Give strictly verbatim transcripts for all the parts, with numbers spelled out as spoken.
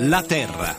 La Terra.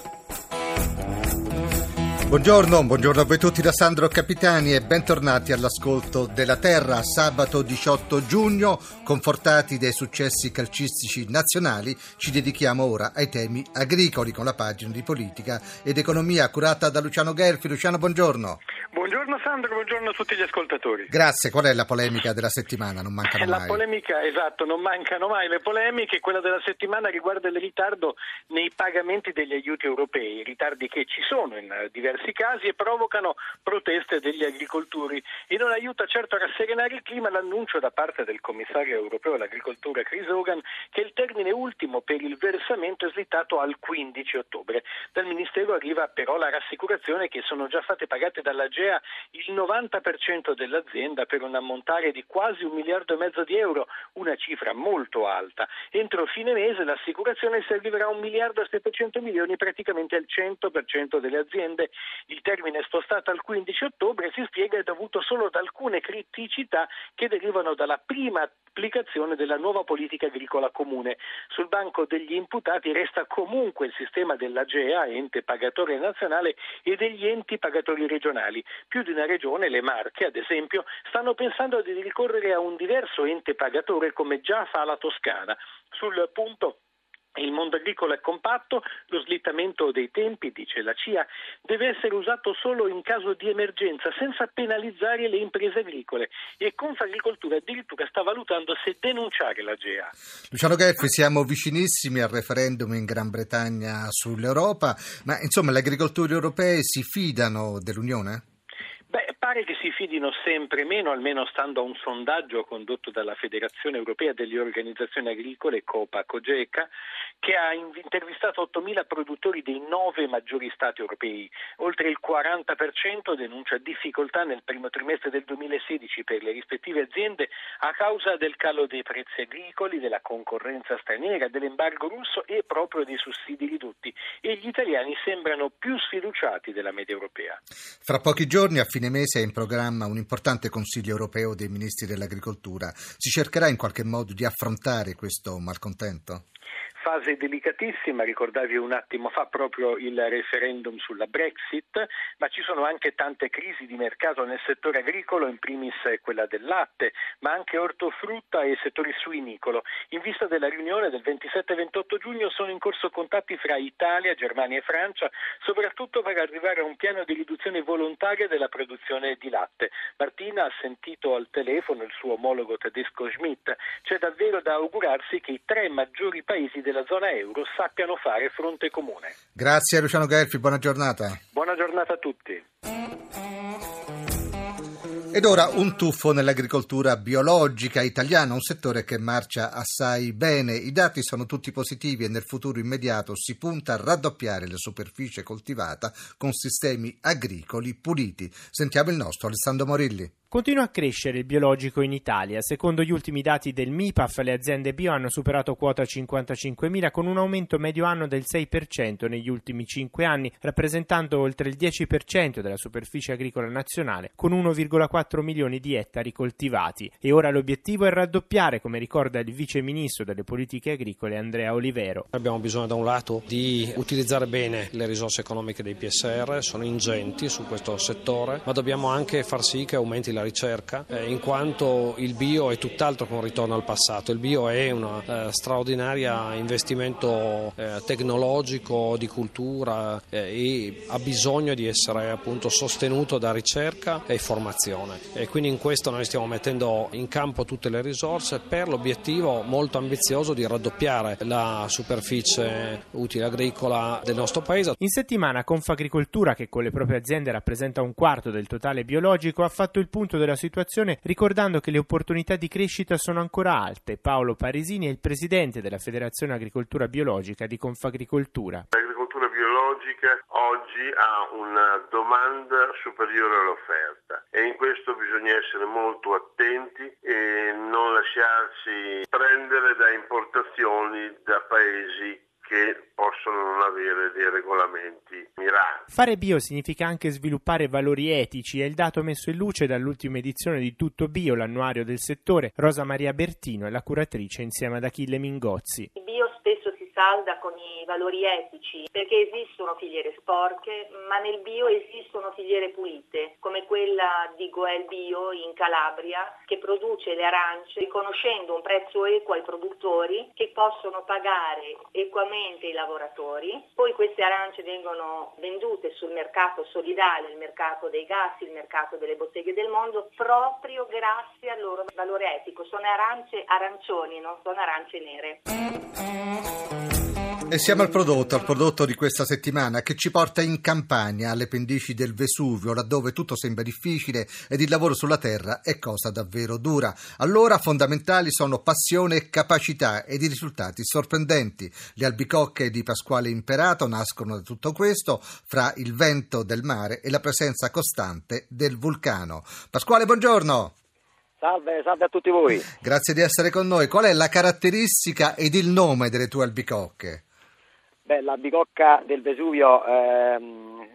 Buongiorno, buongiorno a voi tutti da Sandro Capitani e bentornati all'ascolto della Terra. Sabato diciotto giugno, confortati dai successi calcistici nazionali, ci dedichiamo ora ai temi agricoli con la pagina di politica ed economia curata da Luciano Gelfi. Luciano, buongiorno. Buongiorno Sandro, buongiorno a tutti gli ascoltatori. Grazie, qual è la polemica della settimana? Non mancano la mai. La polemica, esatto, non mancano mai le polemiche. Quella della settimana riguarda il ritardo nei pagamenti degli aiuti europei, ritardi che ci sono in diversi casi e provocano proteste degli agricoltori. E non aiuta certo a rasserenare il clima l'annuncio da parte del commissario europeo all'agricoltura Chris Hogan che il termine ultimo per il versamento è slittato al quindici ottobre. Dal Ministero arriva però la rassicurazione che sono già state pagate dalla G E A il novanta per cento dell'azienda per un ammontare di quasi un miliardo e mezzo di euro, una cifra molto alta. Entro fine mese l'assicurazione servirà un miliardo e settecento milioni, praticamente al cento per cento delle aziende. Il termine spostato al quindici ottobre si spiega è dovuto solo ad alcune criticità che derivano dalla prima applicazione della nuova politica agricola comune. Sul banco degli imputati resta comunque il sistema della G E A, ente pagatore nazionale, e degli enti pagatori regionali. Più di una regione, le Marche ad esempio, stanno pensando di ricorrere a un diverso ente pagatore come già fa la Toscana. Sul punto il mondo agricolo è compatto, lo slittamento dei tempi, dice la C I A, deve essere usato solo in caso di emergenza, senza penalizzare le imprese agricole, e Confagricoltura addirittura sta valutando se denunciare la G E A. Luciano Gelfi, siamo vicinissimi al referendum in Gran Bretagna sull'Europa, ma insomma gli agricoltori europei si fidano dell'Unione? Beh, pare che si fidino sempre meno, almeno stando a un sondaggio condotto dalla Federazione Europea delle Organizzazioni Agricole, Copa-Cogeca, che ha intervistato ottomila produttori dei nove maggiori stati europei. Oltre il quaranta per cento denuncia difficoltà nel primo trimestre del duemilasedici per le rispettive aziende a causa del calo dei prezzi agricoli, della concorrenza straniera, dell'embargo russo e proprio dei sussidi ridotti. E gli italiani sembrano più sfiduciati della media europea. Fra pochi giorni, a fine mese, è in programma un importante Consiglio europeo dei ministri dell'agricoltura. Si cercherà in qualche modo di affrontare questo malcontento? Fase delicatissima, ricordavi un attimo fa proprio il referendum sulla Brexit, ma ci sono anche tante crisi di mercato nel settore agricolo, in primis quella del latte, ma anche ortofrutta e settore suinicolo. In vista della riunione del ventisette e ventotto giugno sono in corso contatti fra Italia, Germania e Francia, soprattutto per arrivare a un piano di riduzione volontaria della produzione di latte. Martina ha sentito al telefono il suo omologo tedesco Schmidt. C'è davvero da augurarsi che i tre maggiori paesi della la zona euro sappiano fare fronte comune. Grazie Luciano Gelfi, buona giornata. Buona giornata a tutti. Ed ora un tuffo nell'agricoltura biologica italiana, un settore che marcia assai bene. I dati sono tutti positivi e nel futuro immediato si punta a raddoppiare la superficie coltivata con sistemi agricoli puliti. Sentiamo il nostro Alessandro Morilli. Continua a crescere il biologico in Italia. Secondo gli ultimi dati del MIPAF, le aziende bio hanno superato quota cinquantacinquemila con un aumento medio anno del sei per cento negli ultimi cinque anni, rappresentando oltre il dieci per cento della superficie agricola nazionale, con uno virgola quattro milioni di ettari coltivati. E ora l'obiettivo è raddoppiare, come ricorda il vice ministro delle politiche agricole Andrea Olivero. Abbiamo bisogno da un lato di utilizzare bene le risorse economiche dei P S R, sono ingenti su questo settore, ma dobbiamo anche far sì che aumenti la ricerca, eh, in quanto il bio è tutt'altro che un ritorno al passato. Il bio è un eh, straordinario investimento eh, tecnologico, di cultura eh, e ha bisogno di essere appunto sostenuto da ricerca e formazione. E quindi in questo noi stiamo mettendo in campo tutte le risorse per l'obiettivo molto ambizioso di raddoppiare la superficie utile agricola del nostro paese. In settimana Confagricoltura, che con le proprie aziende rappresenta un quarto del totale biologico, ha fatto il punto della situazione ricordando che le opportunità di crescita sono ancora alte. Paolo Paresini è il presidente della Federazione Agricoltura Biologica di Confagricoltura. L'agricoltura biologica oggi ha una domanda superiore all'offerta e in questo bisogna essere molto attenti e non lasciarsi prendere da importazioni da paesi che possono non avere dei regolamenti mirati. Fare bio significa anche sviluppare valori etici, è il dato messo in luce dall'ultima edizione di Tutto Bio, l'annuario del settore. Rosa Maria Bertino è la curatrice insieme ad Achille Mingozzi. Il bio spesso si salda con i valori etici, perché esistono filiere sporche, ma nel bio esistono filiere pulite, come quella di Goel Bio in Calabria, che produce le arance riconoscendo un prezzo equo ai produttori che possono pagare equamente i lavoratori. Poi queste arance vengono vendute sul mercato solidale, il mercato dei gas, il mercato delle botteghe del mondo, proprio grazie al loro valore etico. Sono arance arancioni, non sono arance nere. E siamo al prodotto, al prodotto di questa settimana che ci porta in Campania, alle pendici del Vesuvio, laddove tutto sembra difficile ed il lavoro sulla terra è cosa davvero dura. Allora fondamentali sono passione e capacità ed i risultati sorprendenti. Le albicocche di Pasquale Imperato nascono da tutto questo, fra il vento del mare e la presenza costante del vulcano. Pasquale, buongiorno. Salve, salve a tutti voi. Grazie di essere con noi. Qual è la caratteristica ed il nome delle tue albicocche? Beh, l'albicocca del Vesuvio ehm,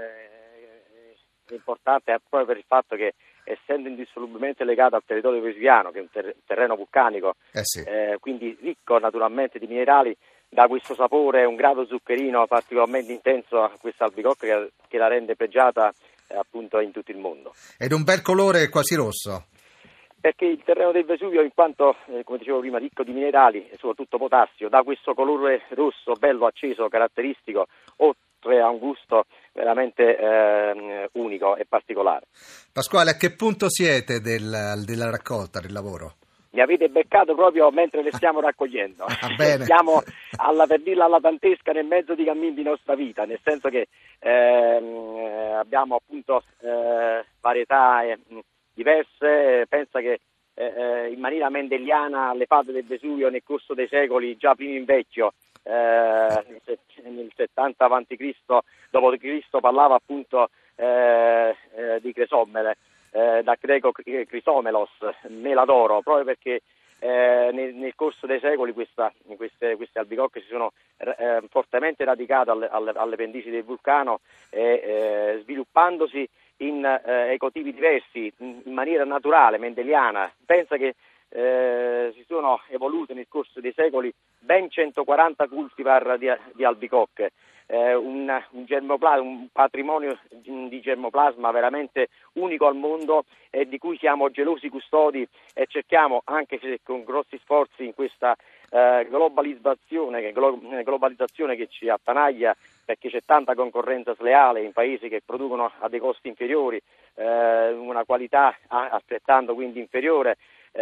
eh, è importante proprio per il fatto che, essendo indissolubilmente legata al territorio vesuviano, che è un ter- terreno vulcanico, eh sì. eh, quindi ricco naturalmente di minerali, dà questo sapore, un grado zuccherino particolarmente intenso a questa albicocca che, che la rende pregiata eh, appunto in tutto il mondo. Ed un bel colore quasi rosso. Perché il terreno del Vesuvio, in quanto, eh, come dicevo prima, ricco di minerali e soprattutto potassio, dà questo colore rosso, bello, acceso, caratteristico, oltre a un gusto veramente eh, unico e particolare. Pasquale, a che punto siete del, della raccolta, del lavoro? Mi avete beccato proprio mentre le stiamo raccogliendo. Ah, bene. Siamo, alla, per dirla alla tantesca, nel mezzo di cammin di nostra vita, nel senso che ehm, abbiamo appunto eh, varietà eh, diverse. Pensa che eh, in maniera mendeliana le fate del Vesuvio nel corso dei secoli, già prima in vecchio, eh, nel settanta avanti Cristo, dopo Cristo, parlava appunto eh, eh, di cresomele, eh, da greco crisomelos, mela d'oro, proprio perché eh, nel, nel corso dei secoli questa, queste, queste albicocche si sono eh, fortemente radicate alle, alle, alle pendici del vulcano e eh, sviluppandosi in eh, ecotipi diversi, in, in maniera naturale, mendeliana. Pensa che eh, si sono evolute nel corso dei secoli ben centoquaranta cultivar di, di albicocche, eh, un, un, germopla- un patrimonio di germoplasma veramente unico al mondo e di cui siamo gelosi custodi e cerchiamo, anche se con grossi sforzi in questa eh, globalizzazione, che, glo- globalizzazione che ci attanaglia, perché c'è tanta concorrenza sleale in paesi che producono a dei costi inferiori, eh, una qualità altrettanto quindi inferiore,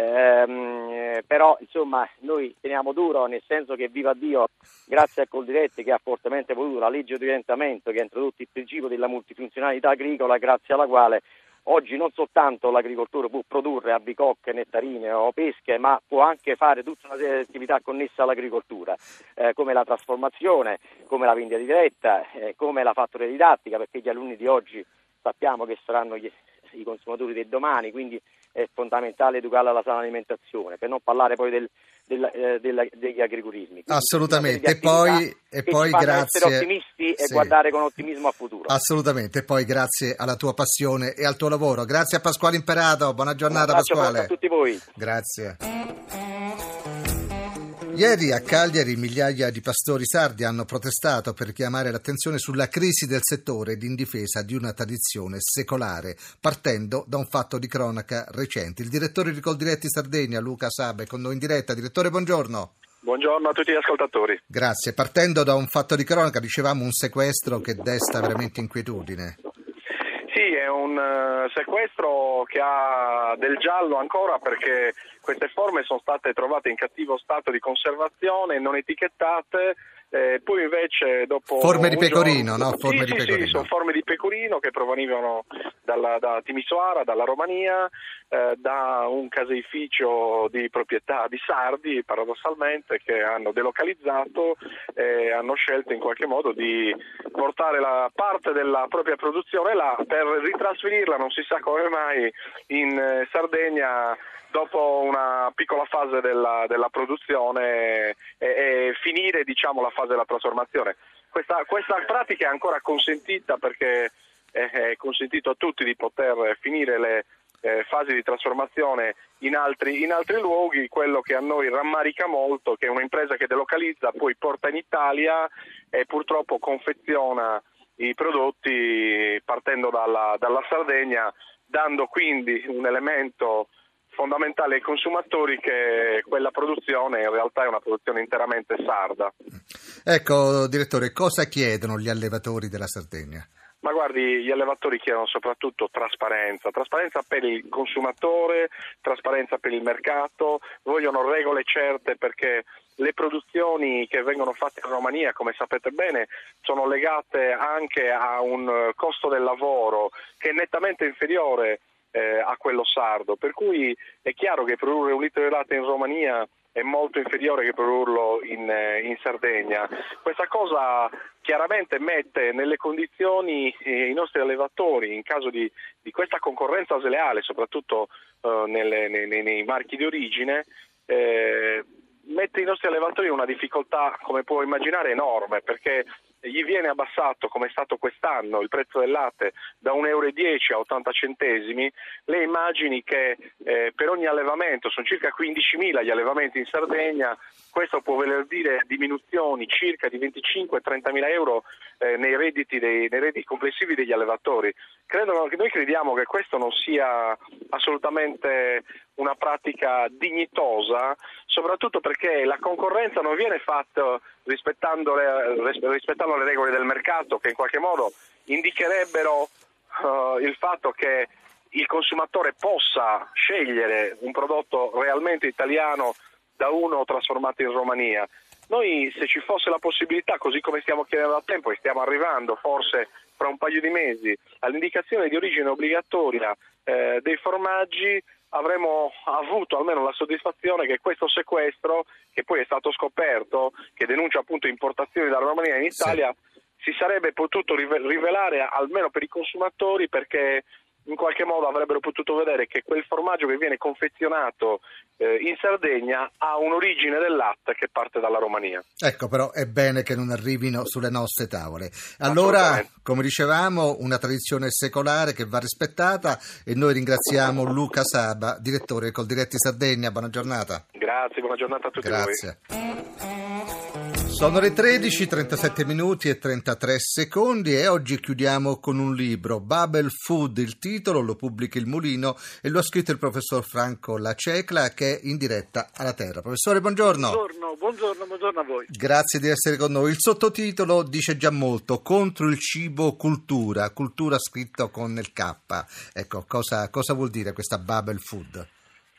eh, però insomma noi teniamo duro, nel senso che viva Dio, grazie a Coldiretti che ha fortemente voluto la legge di orientamento che ha introdotto il principio della multifunzionalità agricola, grazie alla quale oggi non soltanto l'agricoltore può produrre albicocche, nettarine o pesche, ma può anche fare tutta una serie di attività connesse all'agricoltura, eh, come la trasformazione, come la vendita diretta, eh, come la fattoria didattica, perché gli alunni di oggi sappiamo che saranno gli, i consumatori del domani, quindi è fondamentale educarli alla sana alimentazione, per non parlare poi del, del, eh, del, degli agriturismi. Quindi assolutamente, e poi, e poi grazie essere ottimisti e sì. guardare con ottimismo a futuro. Assolutamente, e poi grazie alla tua passione e al tuo lavoro. Grazie a Pasquale Imperato, buona giornata Pasquale. A tutti voi. Grazie. Ieri a Cagliari migliaia di pastori sardi hanno protestato per richiamare l'attenzione sulla crisi del settore ed in difesa di una tradizione secolare, partendo da un fatto di cronaca recente. Il direttore di Coldiretti Sardegna, Luca Saba, è con noi in diretta. Direttore, buongiorno. Buongiorno a tutti gli ascoltatori. Grazie. Partendo da un fatto di cronaca, dicevamo un sequestro che desta veramente inquietudine. Sì, è un uh, sequestro che ha del giallo ancora, perché queste forme sono state trovate in cattivo stato di conservazione, non etichettate, eh, poi invece dopo forme di pecorino, giorno... no? Forme sì, di sì, pecorino. Sì, sono forme di pecorino che provenivano dalla, da Timisoara, dalla Romania, eh, da un caseificio di proprietà di sardi, paradossalmente, che hanno delocalizzato e hanno scelto in qualche modo di portare la parte della propria produzione là per ritrasferirla, non si sa come mai, in eh, Sardegna dopo una piccola fase della, della produzione e, e finire, diciamo, la fase della trasformazione. Questa, questa pratica è ancora consentita perché è, è consentito a tutti di poter finire le, eh, fasi di trasformazione in altri, in altri luoghi. Quello che a noi rammarica molto che è un'impresa che delocalizza, poi porta in Italia e purtroppo confeziona i prodotti partendo dalla, dalla Sardegna, dando quindi un elemento fondamentale ai consumatori che quella produzione in realtà è una produzione interamente sarda. Ecco, direttore, cosa chiedono gli allevatori della Sardegna? Ma guardi, gli allevatori chiedono soprattutto trasparenza, trasparenza per il consumatore, trasparenza per il mercato, vogliono regole certe perché le produzioni che vengono fatte in Romania, come sapete bene, sono legate anche a un costo del lavoro che è nettamente inferiore eh, a quello sardo, per cui è chiaro che produrre un litro di latte in Romania è molto inferiore che produrlo in, in Sardegna. Questa cosa chiaramente mette nelle condizioni eh, i nostri allevatori, in caso di, di questa concorrenza sleale, soprattutto eh, nelle, nei, nei marchi di origine, eh, mette i nostri allevatori in una difficoltà, come può immaginare, enorme, perché gli viene abbassato, come è stato quest'anno, il prezzo del latte da un euro e dieci a ottanta centesimi. Lei immagini che eh, per ogni allevamento, sono circa quindicimila gli allevamenti in Sardegna, questo può voler dire diminuzioni circa di venticinque a trentamila euro eh, nei redditi dei, nei redditi complessivi degli allevatori. Credo, noi crediamo che questo non sia assolutamente una pratica dignitosa, soprattutto perché la concorrenza non viene fatta rispettando le, rispettando le regole del mercato, che in qualche modo indicherebbero uh, il fatto che il consumatore possa scegliere un prodotto realmente italiano da uno trasformato in Romania. Noi, se ci fosse la possibilità, così come stiamo chiedendo da tempo e stiamo arrivando forse fra un paio di mesi all'indicazione di origine obbligatoria eh, dei formaggi, avremmo avuto almeno la soddisfazione che questo sequestro, che poi è stato scoperto, che denuncia appunto importazioni dalla Romania in Italia, sì, si sarebbe potuto rivelare almeno per i consumatori, perché in qualche modo avrebbero potuto vedere che quel formaggio che viene confezionato eh, in Sardegna ha un'origine del latte che parte dalla Romania. Ecco, però è bene che non arrivino sulle nostre tavole. Allora, come dicevamo, una tradizione secolare che va rispettata, e noi ringraziamo Luca Saba, direttore Col Diretti Sardegna. Buona giornata. Grazie, buona giornata a tutti. Grazie. Sono le tredici, trentasette minuti e trentatré secondi e oggi chiudiamo con un libro, Bubble Food, il titolo, lo pubblica Il Mulino e lo ha scritto il professor Franco Lacecla, che è in diretta alla Terra. Professore, buongiorno. Buongiorno, buongiorno, buongiorno a voi. Grazie di essere con noi. Il sottotitolo dice già molto, Contro il cibo cultura, cultura scritto con il K. Ecco, cosa, cosa vuol dire questa Bubble Food?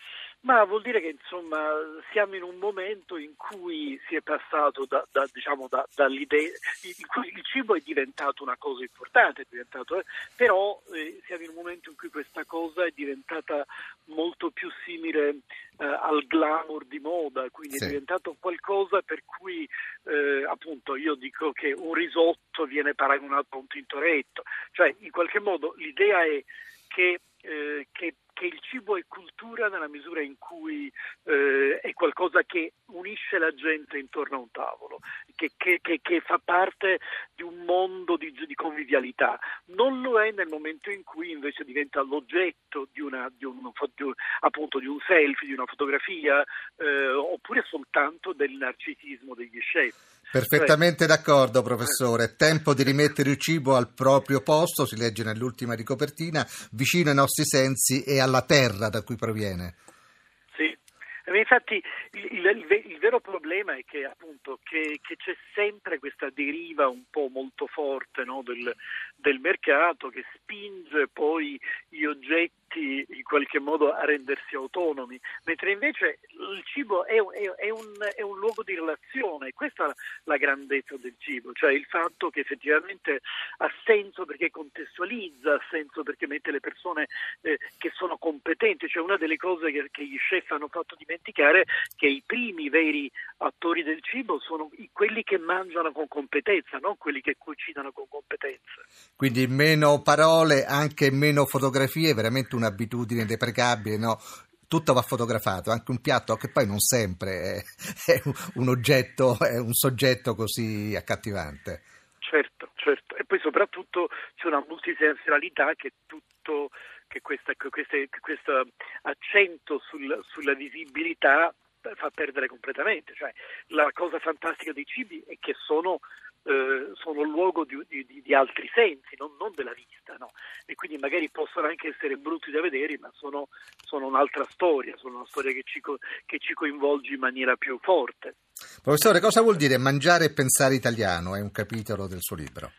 Ma vuol dire che insomma siamo in un momento in cui si è passato da, da diciamo da, dall'idea in cui il cibo è diventato una cosa importante, è diventato, eh, però eh, siamo in un momento in cui questa cosa è diventata molto più simile eh, al glamour di moda, quindi sì. È diventato qualcosa per cui eh, appunto io dico che un risotto viene paragonato a un tintoretto, cioè in qualche modo l'idea è che eh, che che il cibo è cultura nella misura in cui eh, è qualcosa che unisce la gente intorno a un tavolo, che, che, che, che fa parte di un mondo di, di convivialità. Non lo è nel momento in cui invece diventa l'oggetto di, una, di, un, di, un, appunto, di un selfie, di una fotografia, eh, oppure soltanto del narcisismo degli chef. Perfettamente d'accordo, professore. Tempo di rimettere il cibo al proprio posto, si legge nell'ultima di copertina, vicino ai nostri sensi e alla terra da cui proviene. Sì, infatti il, il, il vero problema è che appunto che, che c'è sempre questa deriva un po' molto forte, no, del, del mercato, che spinge poi gli oggetti in qualche modo a rendersi autonomi, mentre invece il cibo è, è, è, un, è un luogo di relazione. Questa è la grandezza del cibo, cioè il fatto che effettivamente ha senso perché contestualizza, ha senso perché mette le persone eh, che sono competenti, cioè una delle cose che, che gli chef hanno fatto dimenticare che i primi veri attori del cibo sono quelli che mangiano con competenza, non quelli che cucinano con competenza. Quindi meno parole, anche meno fotografie, veramente un'abitudine deprecabile, no? Tutto va fotografato, anche un piatto che poi non sempre è, è un oggetto, è un soggetto così accattivante. Certo, certo. E poi soprattutto c'è una multisensorialità che tutto che questa, che queste, che questo accento sul, sulla visibilità fa perdere completamente. Cioè, la cosa fantastica dei cibi è che sono Eh, sono luogo di, di, di altri sensi, non, non della vista, no? E quindi magari possono anche essere brutti da vedere, ma sono, sono un'altra storia, sono una storia che ci, che ci coinvolge in maniera più forte. Professore, cosa vuol dire mangiare e pensare italiano? È un capitolo del suo libro.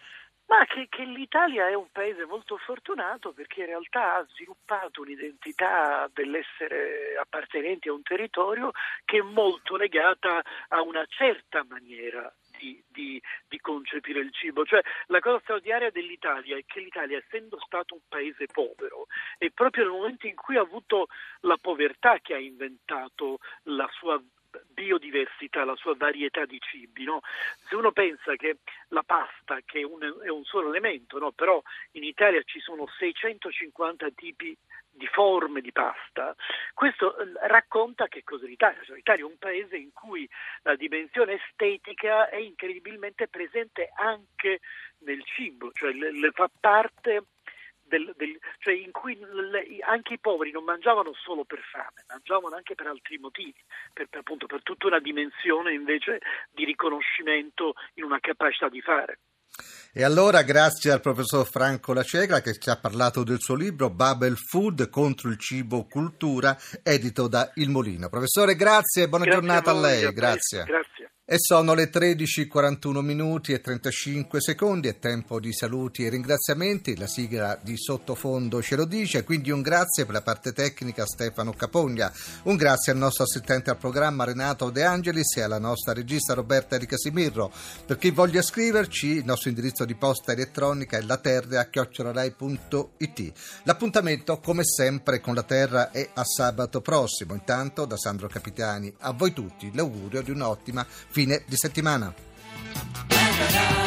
Ma che, che l'Italia è un paese molto fortunato, perché in realtà ha sviluppato un'identità dell'essere appartenenti a un territorio che è molto legata a una certa maniera Di, di, di concepire il cibo. Cioè, la cosa straordinaria dell'Italia è che l'Italia, essendo stato un paese povero, è proprio nel momento in cui ha avuto la povertà che ha inventato la sua biodiversità, la sua varietà di cibi, no? Se uno pensa che la pasta, che è un, è un solo elemento, no? Però in Italia ci sono seicentocinquanta tipi di forme di pasta, questo racconta che cos'è l'Italia. Cioè, l'Italia è un paese in cui la dimensione estetica è incredibilmente presente anche nel cibo, cioè le, le fa parte del, del, cioè in cui le, anche i poveri non mangiavano solo per fame, mangiavano anche per altri motivi, per, per, appunto per tutta una dimensione invece di riconoscimento in una capacità di fare. E allora grazie al professor Franco Lacegra che ci ha parlato del suo libro Babel Food contro il cibo cultura, edito da Il Molino. Professore, grazie e buona grazie giornata a, a, voi, a lei. a grazie. grazie. E sono le tredici e quarantuno minuti e trentacinque secondi, è tempo di saluti e ringraziamenti, la sigla di sottofondo ce lo dice, quindi un grazie per la parte tecnica a Stefano Capogna, un grazie al nostro assistente al programma Renato De Angelis e alla nostra regista Roberta Di Casimirro. Per chi voglia scriverci, il nostro indirizzo di posta elettronica è laterra chiocciola rai punto it. L'appuntamento come sempre con La Terra è a sabato prossimo. Intanto da Sandro Capitani a voi tutti l'augurio di un'ottima fine di settimana.